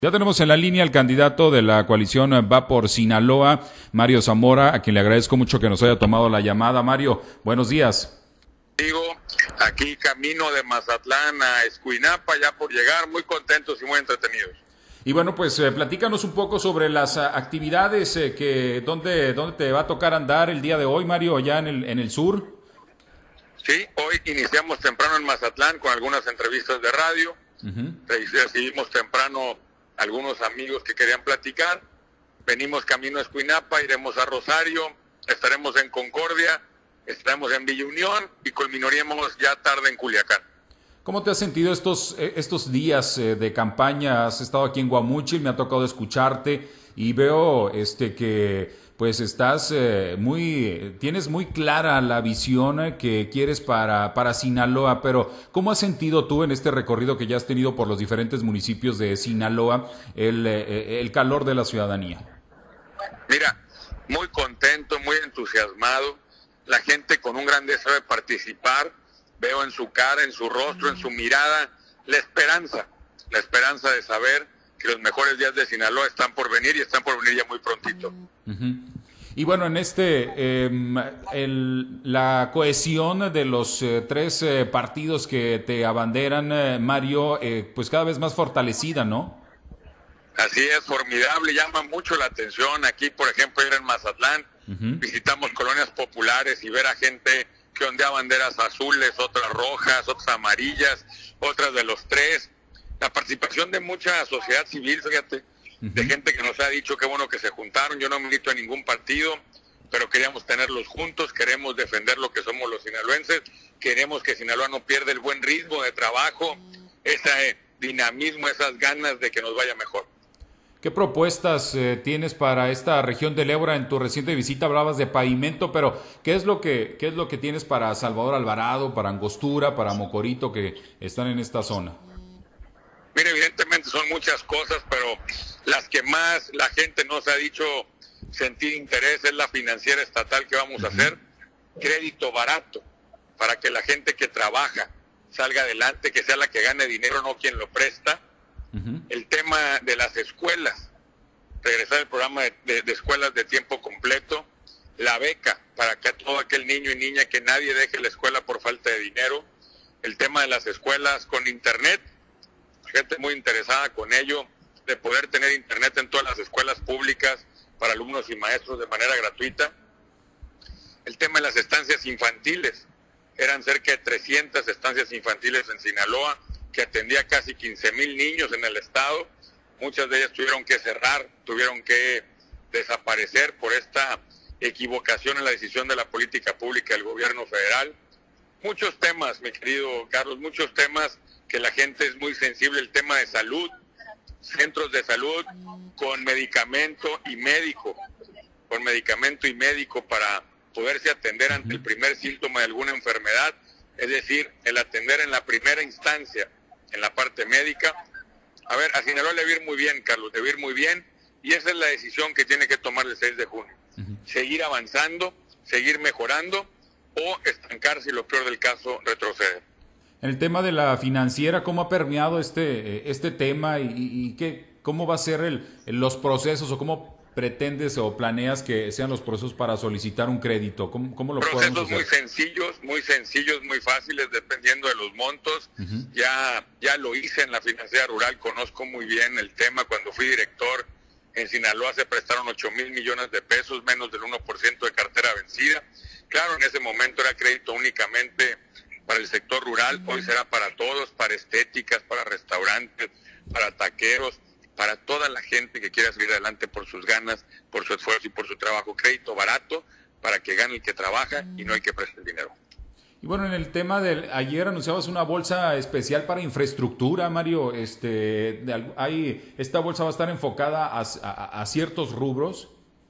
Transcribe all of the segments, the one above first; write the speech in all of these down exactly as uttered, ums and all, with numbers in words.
Ya tenemos en la línea al candidato de la coalición Va por Sinaloa, Mario Zamora, a quien le agradezco mucho que nos haya tomado la llamada. Mario, buenos días. Digo, aquí camino de Mazatlán a Escuinapa, ya por llegar, muy contentos y muy entretenidos. Y bueno, pues eh, platícanos un poco sobre las uh, actividades, eh, que dónde, dónde te va a tocar andar el día de hoy, Mario, allá en el, en el sur. Sí, hoy iniciamos temprano en Mazatlán con algunas entrevistas de radio, uh-huh. Recibimos temprano algunos amigos que querían platicar, venimos camino a Escuinapa, iremos a Rosario, estaremos en Concordia, estaremos en Villa Unión y culminaremos ya tarde en Culiacán. ¿Cómo te has sentido estos, estos días de campaña? Has estado aquí en Guamúchil, me ha tocado escucharte y veo este que pues estás eh, muy, tienes muy clara la visión que quieres para, para Sinaloa, pero ¿cómo has sentido tú en este recorrido que ya has tenido por los diferentes municipios de Sinaloa el, el calor de la ciudadanía? Mira, muy contento, muy entusiasmado, la gente con un gran deseo de participar. Veo en su cara, en su rostro, en su mirada, la esperanza, la esperanza de saber que los mejores días de Sinaloa están por venir y están por venir ya muy prontito. Uh-huh. Y bueno, en este, eh, el, la cohesión de los eh, tres eh, partidos que te abanderan, eh, Mario, eh, pues cada vez más fortalecida, ¿no? Así es, formidable, llama mucho la atención. Aquí, por ejemplo, ir en Mazatlán, uh-huh. visitamos colonias populares y ver a gente que ondea banderas azules, otras rojas, otras amarillas, otras de los tres. La participación de mucha sociedad civil, fíjate, uh-huh. de gente que nos ha dicho qué bueno que se juntaron. Yo no milito en ningún partido, pero queríamos tenerlos juntos, queremos defender lo que somos los sinaloenses, queremos que Sinaloa no pierda el buen ritmo de trabajo, ese dinamismo, esas ganas de que nos vaya mejor. ¿Qué propuestas eh, tienes para esta región del Ébora? En tu reciente visita hablabas de pavimento, pero ¿qué es lo que qué es lo que tienes para Salvador Alvarado, para Angostura, para Mocorito, que están en esta zona? Mira, evidentemente son muchas cosas, pero las que más la gente nos ha dicho sentir interés es la financiera estatal que vamos uh-huh. a hacer, crédito barato, para que la gente que trabaja salga adelante, que sea la que gane dinero, no quien lo presta. Uh-huh. El tema de las escuelas, regresar al programa de, de, de escuelas de tiempo completo, la beca para que todo aquel niño y niña, que nadie deje la escuela por falta de dinero, el tema de las escuelas con internet, gente muy interesada con ello, de poder tener internet en todas las escuelas públicas para alumnos y maestros de manera gratuita, el tema de las estancias infantiles, eran cerca de trescientas estancias infantiles en Sinaloa, que atendía casi quince mil niños en el estado. Muchas de ellas tuvieron que cerrar, tuvieron que desaparecer por esta equivocación en la decisión de la política pública del gobierno federal. Muchos temas, mi querido Carlos, muchos temas que la gente es muy sensible, el tema de salud, centros de salud con medicamento y médico, con medicamento y médico para poderse atender ante el primer síntoma de alguna enfermedad, es decir, el atender en la primera instancia, en la parte médica. A ver, a Sinaloa le va a ir muy bien, Carlos, le va a ir muy bien, y esa es la decisión que tiene que tomar el seis de junio. Uh-huh. Seguir avanzando, seguir mejorando, o estancarse y, lo peor del caso, retroceder. El tema de la financiera, ¿cómo ha permeado este, este tema y, y qué, cómo va a ser el, los procesos o cómo pretendes o planeas que sean los procesos para solicitar un crédito? ¿Cómo, cómo lo Procesos podemos hacer? muy sencillos, muy sencillos, muy fáciles, dependiendo de los montos. Uh-huh. Ya, ya lo hice en la financiera rural, conozco muy bien el tema. Cuando fui director en Sinaloa se prestaron ocho mil millones de pesos, menos del uno por ciento de cartera vencida. Claro, en ese momento era crédito únicamente para el sector rural, hoy será para todos, para estéticas, para restaurantes, para taqueros, para toda la gente que quiera salir adelante por sus ganas, por su esfuerzo y por su trabajo. Crédito barato para que gane el que trabaja y no hay que prestar dinero. Y bueno, en el tema del ayer anunciabas una bolsa especial para infraestructura, Mario. Este, de, hay, ¿esta bolsa va a estar enfocada a, a, a ciertos rubros?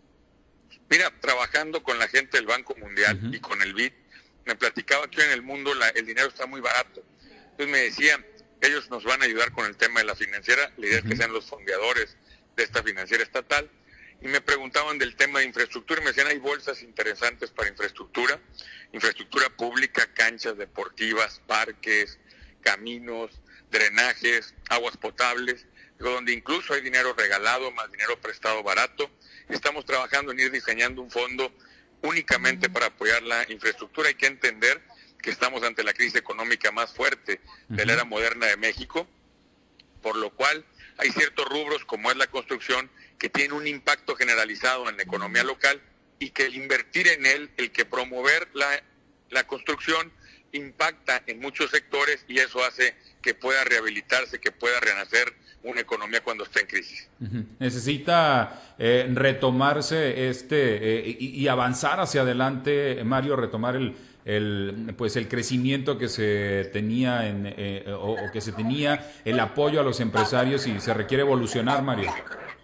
Mira, trabajando con la gente del Banco Mundial uh-huh. y con el B I D, me platicaba que en el mundo la, el dinero está muy barato. Entonces me decían, ellos nos van a ayudar con el tema de la financiera, la idea uh-huh. es que sean los fondeadores de esta financiera estatal, y me preguntaban del tema de infraestructura, y me decían, hay bolsas interesantes para infraestructura, infraestructura pública, canchas deportivas, parques, caminos, drenajes, aguas potables. donde incluso hay dinero regalado más dinero prestado barato. Estamos trabajando en ir diseñando un fondo únicamente para apoyar la infraestructura. Hay que entender que estamos ante la crisis económica más fuerte de la era moderna de México, por lo cual hay ciertos rubros como es la construcción que tienen un impacto generalizado en la economía local y que el invertir en él, el que promover la, la construcción impacta en muchos sectores y eso hace que pueda rehabilitarse, que pueda renacer una economía cuando está en crisis. Uh-huh. Necesita eh, retomarse este eh, y, y avanzar hacia adelante, Mario, retomar el el pues el crecimiento que se tenía en eh, o, o que se tenía, el apoyo a los empresarios, y se requiere evolucionar, Mario.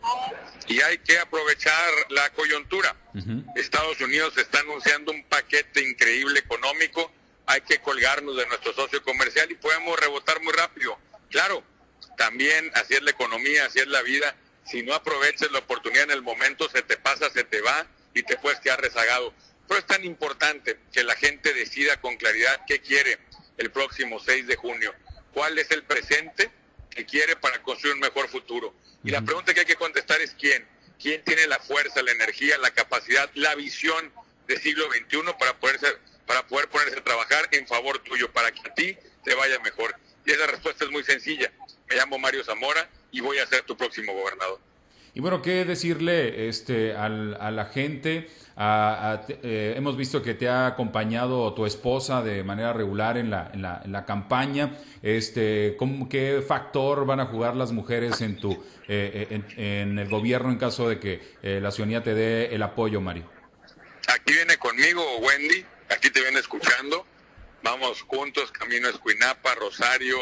Y hay que aprovechar la coyuntura. Uh-huh. Estados Unidos está anunciando un paquete increíble económico, hay que colgarnos de nuestro socio comercial y podemos rebotar muy rápido. Claro, también así es la economía, así es la vida. Si no aprovechas la oportunidad en el momento, se te pasa, se te va y te puedes quedar rezagado. Pero es tan importante que la gente decida con claridad qué quiere el próximo seis de junio, cuál es el presente que quiere para construir un mejor futuro. Y la pregunta que hay que contestar es quién. ¿Quién tiene la fuerza, la energía, la capacidad, la visión del siglo veintiuno para poder, ser, para poder ponerse a trabajar en favor tuyo, para que a ti te vaya mejor? Y esa respuesta es muy sencilla. Me llamo Mario Zamora y voy a ser tu próximo gobernador. Y bueno, ¿qué decirle este, al, a la gente? A, a, eh, hemos visto que te ha acompañado tu esposa de manera regular en la, en la, en la campaña. Este, ¿cómo, ¿Qué factor van a jugar las mujeres en, tu, eh, en, en el gobierno en caso de que eh, la ciudadanía te dé el apoyo, Mario? Aquí viene conmigo Wendy, aquí te viene escuchando. Vamos juntos, camino a Escuinapa, Rosario,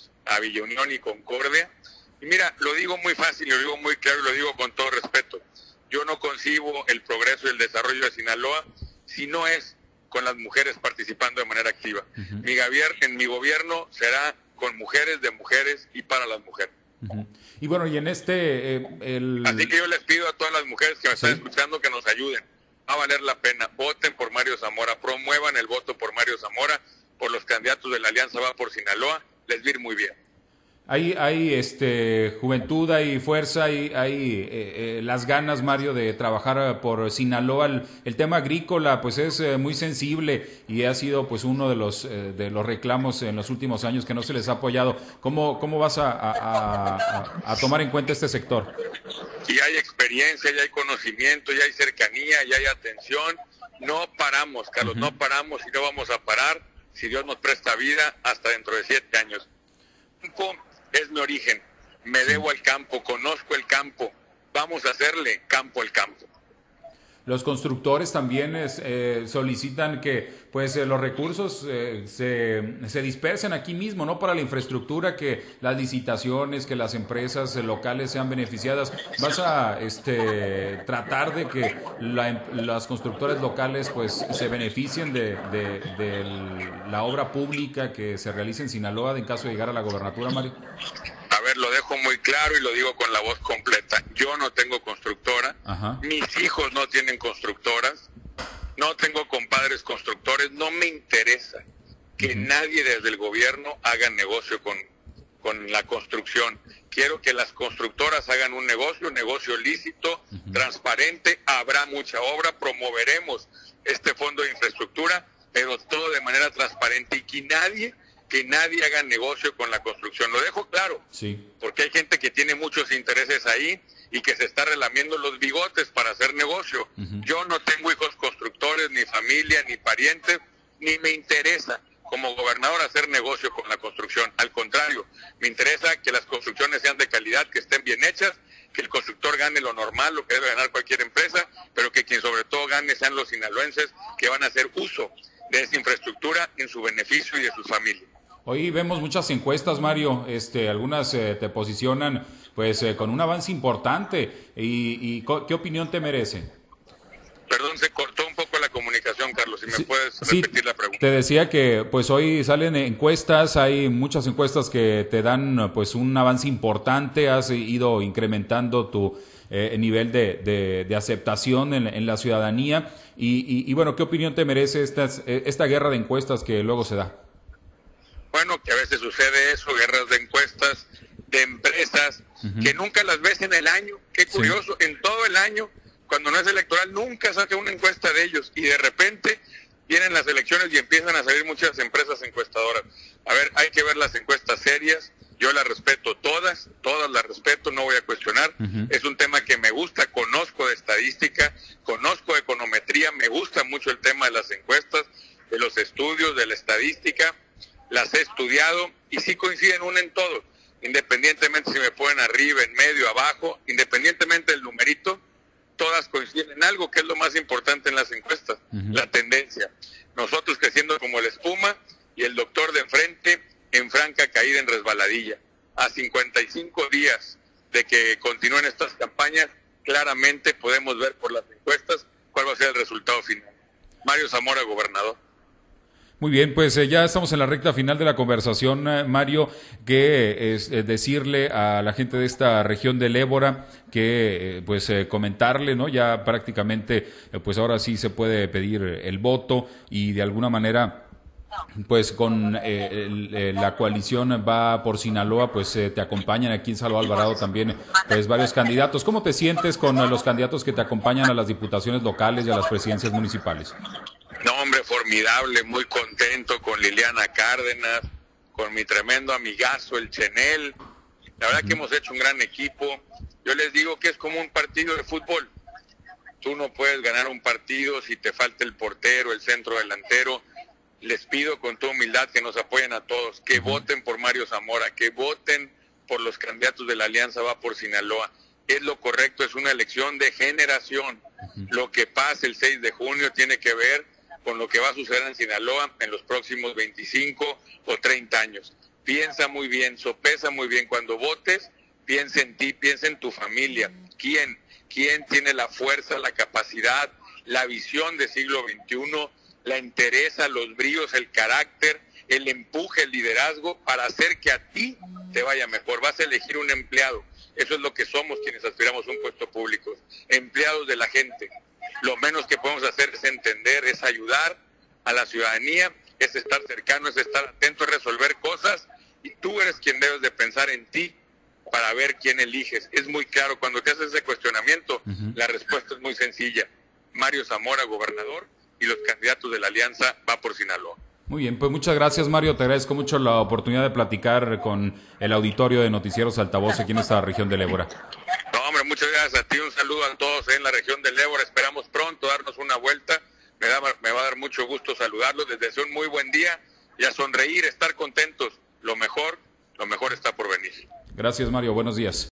a Villa Unión y Concordia. Y mira, lo digo muy fácil, lo digo muy claro y lo digo con todo respeto. Yo no concibo el progreso y el desarrollo de Sinaloa si no es con las mujeres participando de manera activa. Uh-huh. Mi gobierno, en mi gobierno será con mujeres, de mujeres y para las mujeres. Uh-huh. Y bueno, y en este... Eh, el... Así que yo les pido a todas las mujeres que me ¿Sí? están escuchando que nos ayuden. Va a valer la pena. Voten por Mario Zamora, promuevan el voto por Mario Zamora, por los candidatos de la Alianza Va por Sinaloa. Les va a ir muy bien. Hay, hay este, juventud, hay fuerza, hay, hay eh, eh, las ganas, Mario, de trabajar por Sinaloa. El, el tema agrícola pues es eh, muy sensible y ha sido pues uno de los eh, de los reclamos en los últimos años que no se les ha apoyado. ¿Cómo, cómo vas a, a, a, a tomar en cuenta este sector? Y hay experiencia, ya hay conocimiento, ya hay cercanía, ya hay atención. No paramos, Carlos, uh-huh. no paramos y no vamos a parar, si Dios nos presta vida, hasta dentro de siete años. Es mi origen, me debo al campo, conozco el campo, vamos a hacerle campo al campo. Los constructores también es, eh, solicitan que pues eh, los recursos eh, se, se dispersen aquí mismo, ¿no? Para la infraestructura, que las licitaciones, que las empresas locales sean beneficiadas. ¿Vas a este, tratar de que la, las constructoras locales pues se beneficien de, de, de la obra pública que se realice en Sinaloa en caso de llegar a la gobernatura, Mario? A ver, lo dejo muy claro y lo digo con la voz completa. Yo no tengo constructora, Ajá. mis hijos no tienen constructoras, no tengo compadres constructores, no me interesa que uh-huh. nadie desde el gobierno haga negocio con, con la construcción. Quiero que las constructoras hagan un negocio, un negocio lícito, uh-huh. transparente, habrá mucha obra, promoveremos este fondo de infraestructura, pero todo de manera transparente y que nadie... que nadie haga negocio con la construcción. Lo dejo claro, sí. porque hay gente que tiene muchos intereses ahí y que se está relamiendo los bigotes para hacer negocio. Uh-huh. Yo no tengo hijos constructores, ni familia, ni parientes, ni me interesa como gobernador hacer negocio con la construcción. Al contrario, me interesa que las construcciones sean de calidad, que estén bien hechas, que el constructor gane lo normal, lo que debe ganar cualquier empresa, pero que quien sobre todo gane sean los sinaloenses que van a hacer uso de esa infraestructura en su beneficio y de sus familias. Hoy vemos muchas encuestas, Mario, este, algunas eh, te posicionan pues eh, con un avance importante. ¿Y, y qué opinión te merece? Perdón, se cortó un poco la comunicación, Carlos, si me sí, puedes repetir sí, la pregunta. Te decía que pues hoy salen encuestas, hay muchas encuestas que te dan pues un avance importante, has ido incrementando tu eh, nivel de, de, de aceptación en, en la ciudadanía y, y, y bueno, ¿qué opinión te merece estas, esta guerra de encuestas que luego se da? Bueno, que a veces sucede eso, guerras de encuestas. de empresas, uh-huh. que nunca las ves en el año. Qué curioso, sí. En todo el año, cuando no es electoral, nunca saca una encuesta de ellos, y de repente vienen las elecciones y empiezan a salir muchas empresas encuestadoras. A ver, hay que ver las encuestas serias. Yo las respeto todas, todas las respeto, no voy a cuestionar. Uh-huh. Es un tema que me gusta, conozco de estadística, conozco de econometría, me gusta mucho el tema de las encuestas, de los estudios, de la estadística, las he estudiado y sí coinciden una en todo, independientemente si me ponen arriba, en medio, abajo, independientemente del numerito, todas coinciden en algo que es lo más importante en las encuestas, uh-huh. la tendencia. Nosotros creciendo como la espuma y el doctor de enfrente en franca caída en resbaladilla. A cincuenta y cinco días de que continúen estas campañas, claramente podemos ver por las encuestas cuál va a ser el resultado final. Mario Zamora, gobernador. Muy bien, pues eh, ya estamos en la recta final de la conversación, eh, Mario, que es eh, decirle a la gente de esta región del Ébora que eh, pues eh, comentarle, ¿no? Ya prácticamente eh, pues ahora sí se puede pedir el voto y de alguna manera pues con eh, el, eh, la coalición Va por Sinaloa, pues eh, te acompañan aquí en Salvador Alvarado también pues varios candidatos. ¿Cómo te sientes con eh, los candidatos que te acompañan a las diputaciones locales y a las presidencias municipales? No, hombre, formidable, muy contento con Liliana Cárdenas, con mi tremendo amigazo, el Chenel. La verdad uh-huh. que hemos hecho un gran equipo. Yo les digo que es como un partido de fútbol. Tú no puedes ganar un partido si te falta el portero, el centro delantero. Les pido con toda humildad que nos apoyen a todos, que uh-huh. voten por Mario Zamora, que voten por los candidatos de la Alianza Va por Sinaloa. Es lo correcto, es una elección de generación. Uh-huh. Lo que pase el seis de junio tiene que ver con lo que va a suceder en Sinaloa en los próximos veinticinco o treinta años. Piensa muy bien, sopesa muy bien. Cuando votes, piensa en ti, piensa en tu familia. ¿Quién? ¿Quién tiene la fuerza, la capacidad, la visión de siglo veintiuno, la entereza, los bríos, el carácter, el empuje, el liderazgo para hacer que a ti te vaya mejor? Vas a elegir un empleado. Eso es lo que somos quienes aspiramos a un puesto público, empleados de la gente. Lo menos que podemos hacer es entender, es ayudar a la ciudadanía, es estar cercano, es estar atento, es resolver cosas, y tú eres quien debes de pensar en ti para ver quién eliges. Es muy claro, cuando te haces ese cuestionamiento, uh-huh. la respuesta es muy sencilla. Mario Zamora, gobernador, y los candidatos de la Alianza Va por Sinaloa. Muy bien, pues muchas gracias, Mario, te agradezco mucho la oportunidad de platicar con el auditorio de Noticieros Altavoz aquí en esta región del Ébora. No, hombre, muchas gracias a ti, un saludo a todos en la región del Ébora, esperamos pronto darnos una vuelta, me, da, me va a dar mucho gusto saludarlos, les deseo un muy buen día y a sonreír, estar contentos, lo mejor, lo mejor está por venir. Gracias, Mario, buenos días.